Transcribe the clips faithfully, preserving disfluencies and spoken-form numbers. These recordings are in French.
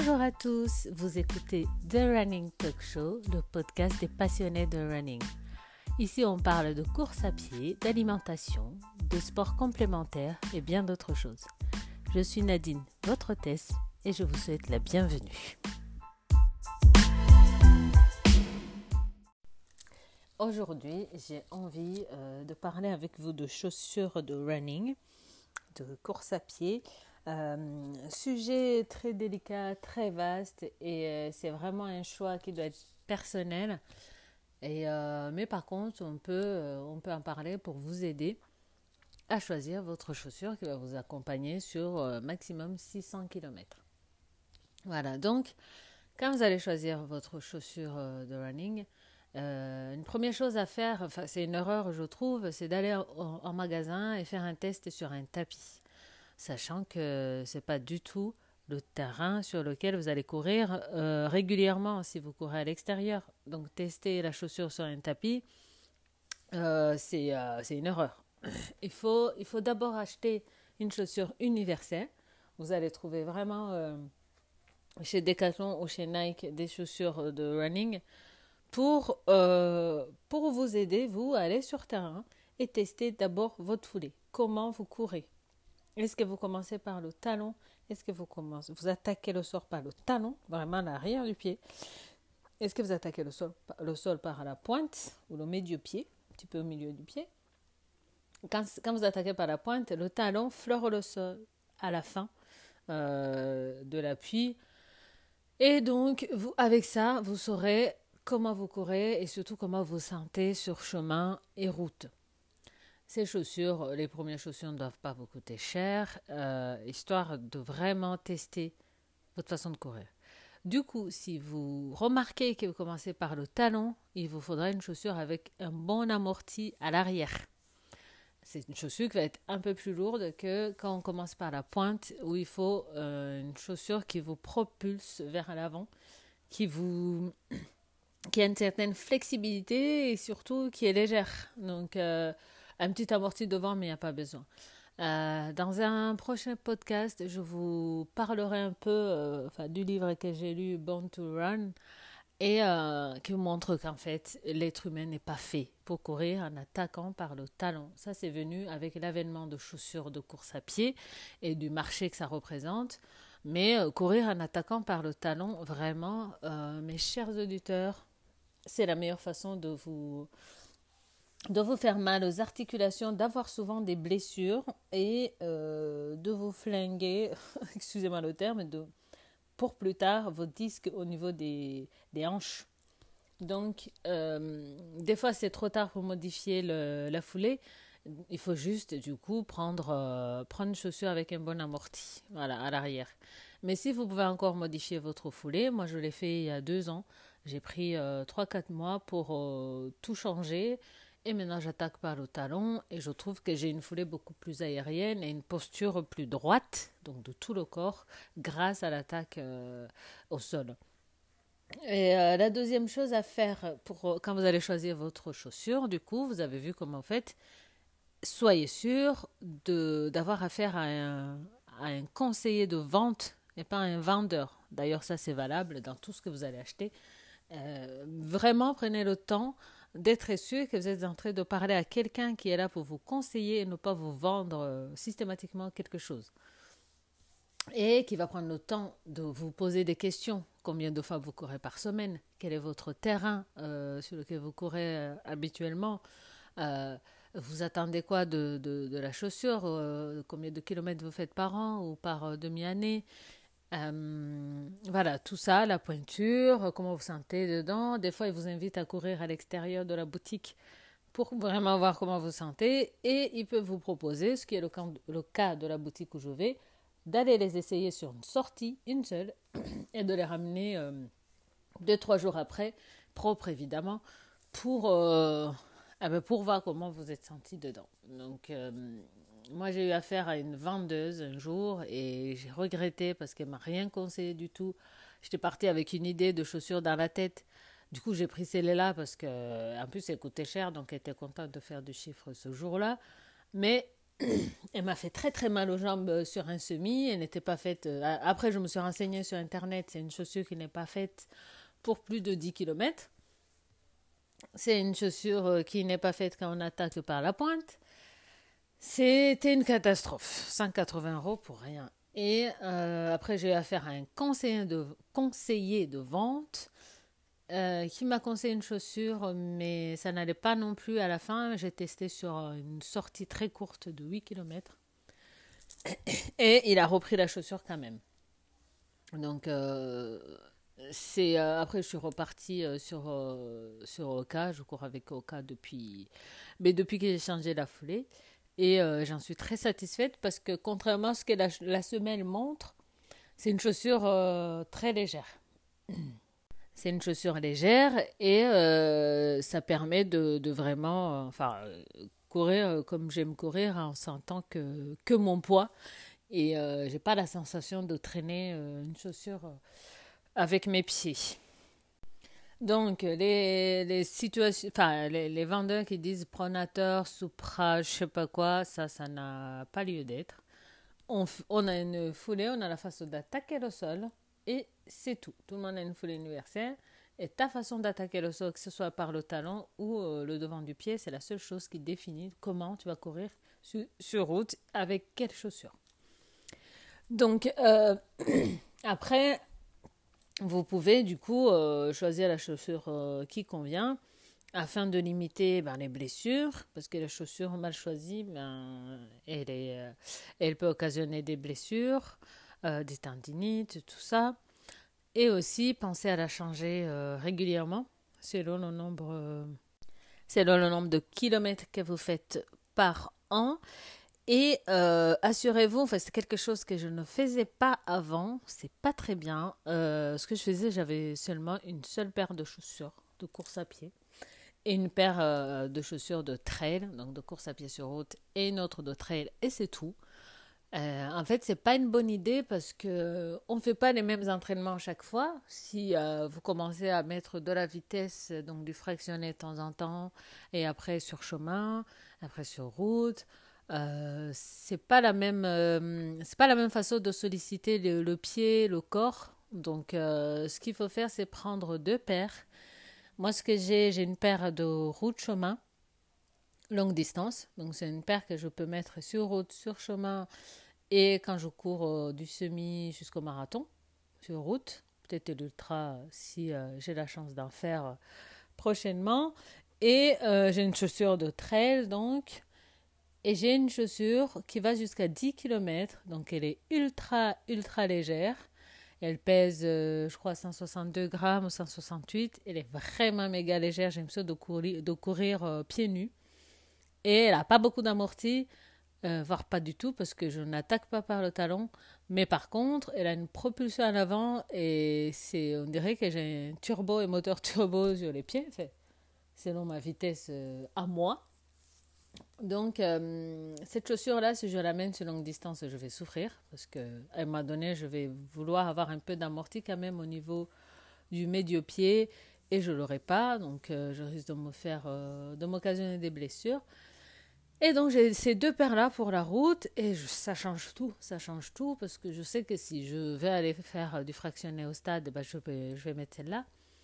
Bonjour à tous, vous écoutez The Running Talk Show, le podcast des passionnés de running. Ici, on parle de course à pied, d'alimentation, de sport complémentaire et bien d'autres choses. Je suis Nadine, votre hôtesse, et je vous souhaite la bienvenue. Aujourd'hui, j'ai envie euh, de parler avec vous de chaussures de running, de course à pied. Euh, sujet très délicat, très vaste et euh, c'est vraiment un choix qui doit être personnel. Et, euh, mais par contre, on peut, euh, on peut en parler pour vous aider à choisir votre chaussure qui va vous accompagner sur euh, maximum six cents kilomètres. Voilà, donc quand vous allez choisir votre chaussure euh, de running, euh, une première chose à faire, enfin, c'est une erreur je trouve, c'est d'aller en, en magasin et faire un test sur un tapis. Sachant que ce n'est pas du tout le terrain sur lequel vous allez courir euh, régulièrement si vous courez à l'extérieur. Donc tester la chaussure sur un tapis, euh, c'est, euh, c'est une erreur. Il faut, il faut d'abord acheter une chaussure universelle. Vous allez trouver vraiment euh, chez Decathlon ou chez Nike des chaussures de running pour, euh, pour vous aider, vous, à aller sur terrain et tester d'abord votre foulée. Comment vous courez? Est-ce que vous commencez par le talon? Est-ce que vous commencez, vous attaquez le sol par le talon, vraiment l'arrière du pied? Est-ce que vous attaquez le sol, le sol par la pointe ou le milieu-pied, un petit peu au milieu du pied? Quand, quand vous attaquez par la pointe, le talon fleure le sol à la fin euh, de l'appui. Et donc, vous, avec ça, vous saurez comment vous courez et surtout comment vous sentez sur chemin et route. Ces chaussures, les premières chaussures ne doivent pas vous coûter cher, euh, histoire de vraiment tester votre façon de courir. Du coup, si vous remarquez que vous commencez par le talon, il vous faudra une chaussure avec un bon amorti à l'arrière. C'est une chaussure qui va être un peu plus lourde que quand on commence par la pointe, où il faut euh, une chaussure qui vous propulse vers l'avant, qui vous... qui a une certaine flexibilité et surtout qui est légère. Donc, euh, un petit amorti devant, mais il n'y a pas besoin. Euh, dans un prochain podcast, je vous parlerai un peu euh, enfin, du livre que j'ai lu, Born to Run, et euh, qui vous montre qu'en fait, l'être humain n'est pas fait pour courir en attaquant par le talon. Ça, c'est venu avec l'avènement de chaussures de course à pied et du marché que ça représente. Mais euh, courir en attaquant par le talon, vraiment, euh, mes chers auditeurs, c'est la meilleure façon de vous... de vous faire mal aux articulations, d'avoir souvent des blessures et euh, de vous flinguer, excusez-moi le terme, de, pour plus tard vos disques au niveau des, des hanches. Donc, euh, des fois, c'est trop tard pour modifier le, la foulée. Il faut juste, du coup, prendre, euh, prendre une chaussure avec un bon amorti, voilà, à l'arrière. Mais si vous pouvez encore modifier votre foulée, moi, je l'ai fait il y a deux ans. J'ai pris euh, trois à quatre mois pour euh, tout changer. Et maintenant, j'attaque par le talon et je trouve que j'ai une foulée beaucoup plus aérienne et une posture plus droite, donc de tout le corps, grâce à l'attaque euh, au sol. Et euh, la deuxième chose à faire pour quand vous allez choisir votre chaussure, du coup, vous avez vu comment vous faites, soyez sûr de, d'avoir affaire à un, à un conseiller de vente et pas à un vendeur. D'ailleurs, ça, c'est valable dans tout ce que vous allez acheter. Euh, vraiment, prenez le temps d'être sûr que vous êtes en train de parler à quelqu'un qui est là pour vous conseiller et ne pas vous vendre euh, systématiquement quelque chose. Et qui va prendre le temps de vous poser des questions. Combien de fois vous courez par semaine? Quel est votre terrain euh, sur lequel vous courez euh, habituellement? euh, Vous attendez quoi de, de, de la chaussure? euh, Combien de kilomètres vous faites par an ou par euh, demi-année? Euh, voilà, tout ça, la pointure, comment vous sentez dedans. Des fois, ils vous invitent à courir à l'extérieur de la boutique pour vraiment voir comment vous sentez. Et ils peuvent vous proposer, ce qui est le cas, le cas de la boutique où je vais, d'aller les essayer sur une sortie, une seule, et de les ramener euh, deux, trois jours après, propres évidemment, pour, euh, eh ben pour voir comment vous êtes senti dedans. Donc... Euh, Moi, j'ai eu affaire à une vendeuse un jour et j'ai regretté parce qu'elle ne m'a rien conseillé du tout. J'étais partie avec une idée de chaussures dans la tête. Du coup, j'ai pris celle-là parce que, en plus, elle coûtait cher, donc elle était contente de faire du chiffre ce jour-là. Mais Elle m'a fait très très mal aux jambes sur un semi. Elle n'était pas faite. Après, je me suis renseignée sur Internet. C'est une chaussure qui n'est pas faite pour plus de dix kilomètres. C'est une chaussure qui n'est pas faite quand on attaque par la pointe. C'était une catastrophe. cent quatre-vingts euros pour rien. Et euh, après, j'ai eu affaire à un conseiller de, conseiller de vente euh, qui m'a conseillé une chaussure, mais ça n'allait pas non plus à la fin. J'ai testé sur une sortie très courte de huit kilomètres. Et il a repris la chaussure quand même. Donc, euh, c'est, euh, après, je suis repartie euh, sur, euh, sur Oka. Je cours avec Oka depuis, mais depuis que j'ai changé la foulée. Et euh, j'en suis très satisfaite parce que contrairement à ce que la, la semelle montre, c'est une chaussure euh, très légère. C'est une chaussure légère et euh, ça permet de, de vraiment euh, enfin, euh, courir comme j'aime courir en sentant que, que mon poids. Et euh, j'ai pas la sensation de traîner euh, une chaussure euh, avec mes pieds. Donc, les, les situations, enfin, les, les vendeurs qui disent pronateur, Supra, je sais pas quoi, ça, ça n'a pas lieu d'être. On, on a une foulée, on a la façon d'attaquer le sol et c'est tout. Tout le monde a une foulée universelle et ta façon d'attaquer le sol, que ce soit par le talon ou euh, le devant du pied, c'est la seule chose qui définit comment tu vas courir sur, sur route avec quelle chaussure. Donc, euh, après, vous pouvez du coup euh, choisir la chaussure euh, qui convient afin de limiter ben, les blessures, parce que la chaussure mal choisie, ben, elle, est, euh, elle peut occasionner des blessures, euh, des tendinites, tout ça. Et aussi, pensez à la changer euh, régulièrement selon le nombre, euh, selon le nombre de kilomètres que vous faites par an. Et euh, assurez-vous, enfin, c'est quelque chose que je ne faisais pas avant, c'est pas très bien. Euh, ce que je faisais, j'avais seulement une seule paire de chaussures de course à pied et une paire euh, de chaussures de trail, donc de course à pied sur route, et une autre de trail, et c'est tout. Euh, en fait, c'est pas une bonne idée parce que on fait pas les mêmes entraînements à chaque fois. Si euh, vous commencez à mettre de la vitesse, donc du fractionné de temps en temps, et après sur chemin, après sur route. Euh, c'est pas la même euh, c'est pas la même façon de solliciter le, le pied, le corps. Donc euh, ce qu'il faut faire, c'est prendre deux paires. Moi, ce que j'ai, j'ai une paire de route chemin longue distance. Donc c'est une paire que je peux mettre sur route, sur chemin et quand je cours euh, du semi jusqu'au marathon sur route, peut-être l'ultra si euh, j'ai la chance d'en faire euh, prochainement. Et euh, j'ai une chaussure de trail donc. Et j'ai une chaussure qui va jusqu'à dix kilomètres, donc elle est ultra, ultra légère. Elle pèse, euh, je crois, cent soixante-deux grammes ou cent soixante-huit. Elle est vraiment méga légère. J'ai l'impression de courir, de courir euh, pieds nus. Et elle n'a pas beaucoup d'amorti, euh, voire pas du tout, parce que je n'attaque pas par le talon. Mais par contre, elle a une propulsion en avant et c'est, on dirait que j'ai un turbo et moteur turbo sur les pieds, c'est, selon ma vitesse euh, à moi. Donc, euh, cette chaussure-là, si je l'amène sur longue distance, je vais souffrir parce qu'à un moment donné, je vais vouloir avoir un peu d'amorti quand même au niveau du médio-pied et je ne l'aurai pas. Donc, euh, je risque de me faire, euh, de m'occasionner des blessures. Et donc, j'ai ces deux paires-là pour la route et je, ça change tout. Ça change tout parce que je sais que si je vais aller faire du fractionné au stade, ben, je, vais, je vais mettre celle-là.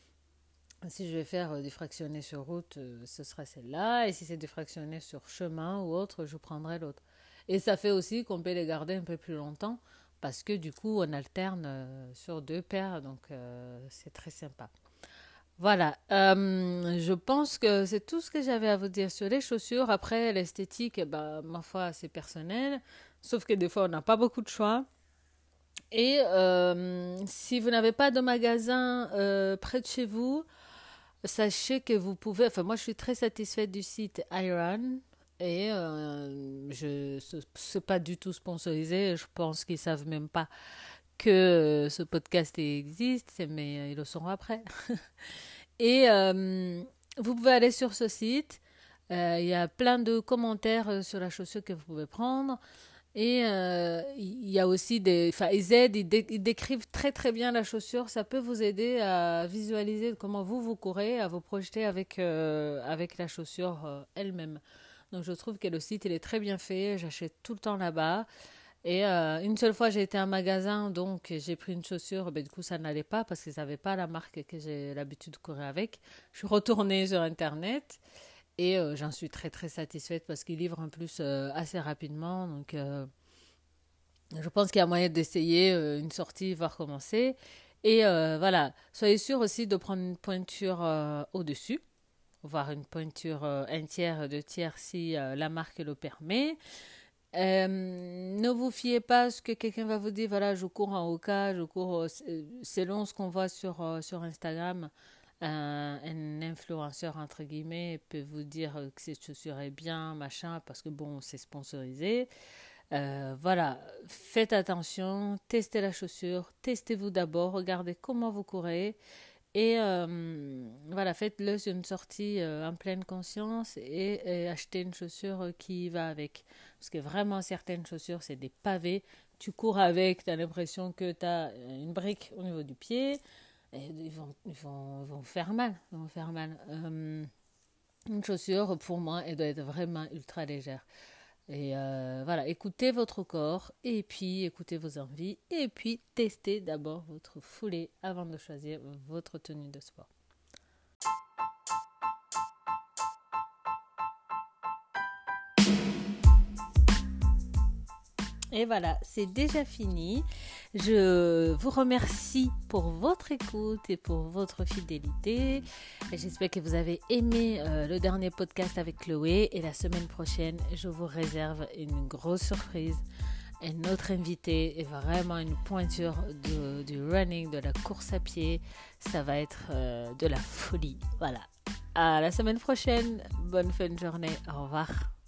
Si je vais faire du fractionné sur route, ce sera celle-là. Et si c'est du fractionné sur chemin ou autre, je prendrai l'autre. Et ça fait aussi qu'on peut les garder un peu plus longtemps parce que du coup, on alterne sur deux paires. Donc, euh, c'est très sympa. Voilà. Euh, je pense que c'est tout ce que j'avais à vous dire sur les chaussures. Après, l'esthétique, bah, ma foi, c'est personnel. Sauf que des fois, on n'a pas beaucoup de choix. Et euh, si vous n'avez pas de magasin euh, près de chez vous, sachez que vous pouvez, enfin moi je suis très satisfaite du site Iron et euh, je c'est pas du tout sponsorisé, je pense qu'ils savent même pas que ce podcast existe, mais ils le sauront après. Et euh, vous pouvez aller sur ce site, euh, il y a plein de commentaires sur la chaussure que vous pouvez prendre. Et euh, il y a aussi des... Enfin, ils aident, ils, dé, ils décrivent très très bien la chaussure. Ça peut vous aider à visualiser comment vous vous courez, à vous projeter avec, euh, avec la chaussure euh, elle-même. Donc je trouve que le site il est très bien fait. J'achète tout le temps là-bas. Et euh, une seule fois, j'ai été à un magasin, donc j'ai pris une chaussure. Ben, du coup, ça n'allait pas parce qu'ils n'avaient pas la marque que j'ai l'habitude de courir avec. Je suis retournée sur Internet et euh, j'en suis très très satisfaite parce qu'ils livrent en plus euh, assez rapidement. Donc euh, je pense qu'il y a moyen d'essayer euh, une sortie, voir comment c'est. Et euh, voilà, soyez sûr aussi de prendre une pointure euh, au-dessus, voire une pointure euh, un tiers, deux tiers si euh, la marque le permet. Euh, ne vous fiez pas à ce que quelqu'un va vous dire, voilà, je cours en Hoka, je cours, euh, selon ce qu'on voit sur, euh, sur Instagram, un, un influenceur, entre guillemets, peut vous dire que cette chaussure est bien, machin, parce que bon, c'est sponsorisé. Euh, voilà, faites attention, testez la chaussure, testez-vous d'abord, regardez comment vous courez. Et euh, voilà, faites-le sur une sortie euh, en pleine conscience et, et achetez une chaussure qui va avec. Parce que vraiment, certaines chaussures, c'est des pavés. Tu cours avec, tu as l'impression que tu as une brique au niveau du pied. Et ils vont, ils vont, ils vont faire mal. Ils vont faire mal. Euh, une chaussure, pour moi, elle doit être vraiment ultra légère. Et euh, voilà, écoutez votre corps et puis écoutez vos envies et puis testez d'abord votre foulée avant de choisir votre tenue de sport. Et voilà, c'est déjà fini. Je vous remercie pour votre écoute et pour votre fidélité. Et j'espère que vous avez aimé euh, le dernier podcast avec Chloé. Et la semaine prochaine, je vous réserve une grosse surprise. Un autre invité et vraiment une pointure de, du running, de la course à pied. Ça va être euh, de la folie. Voilà. À la semaine prochaine. Bonne fin de journée. Au revoir.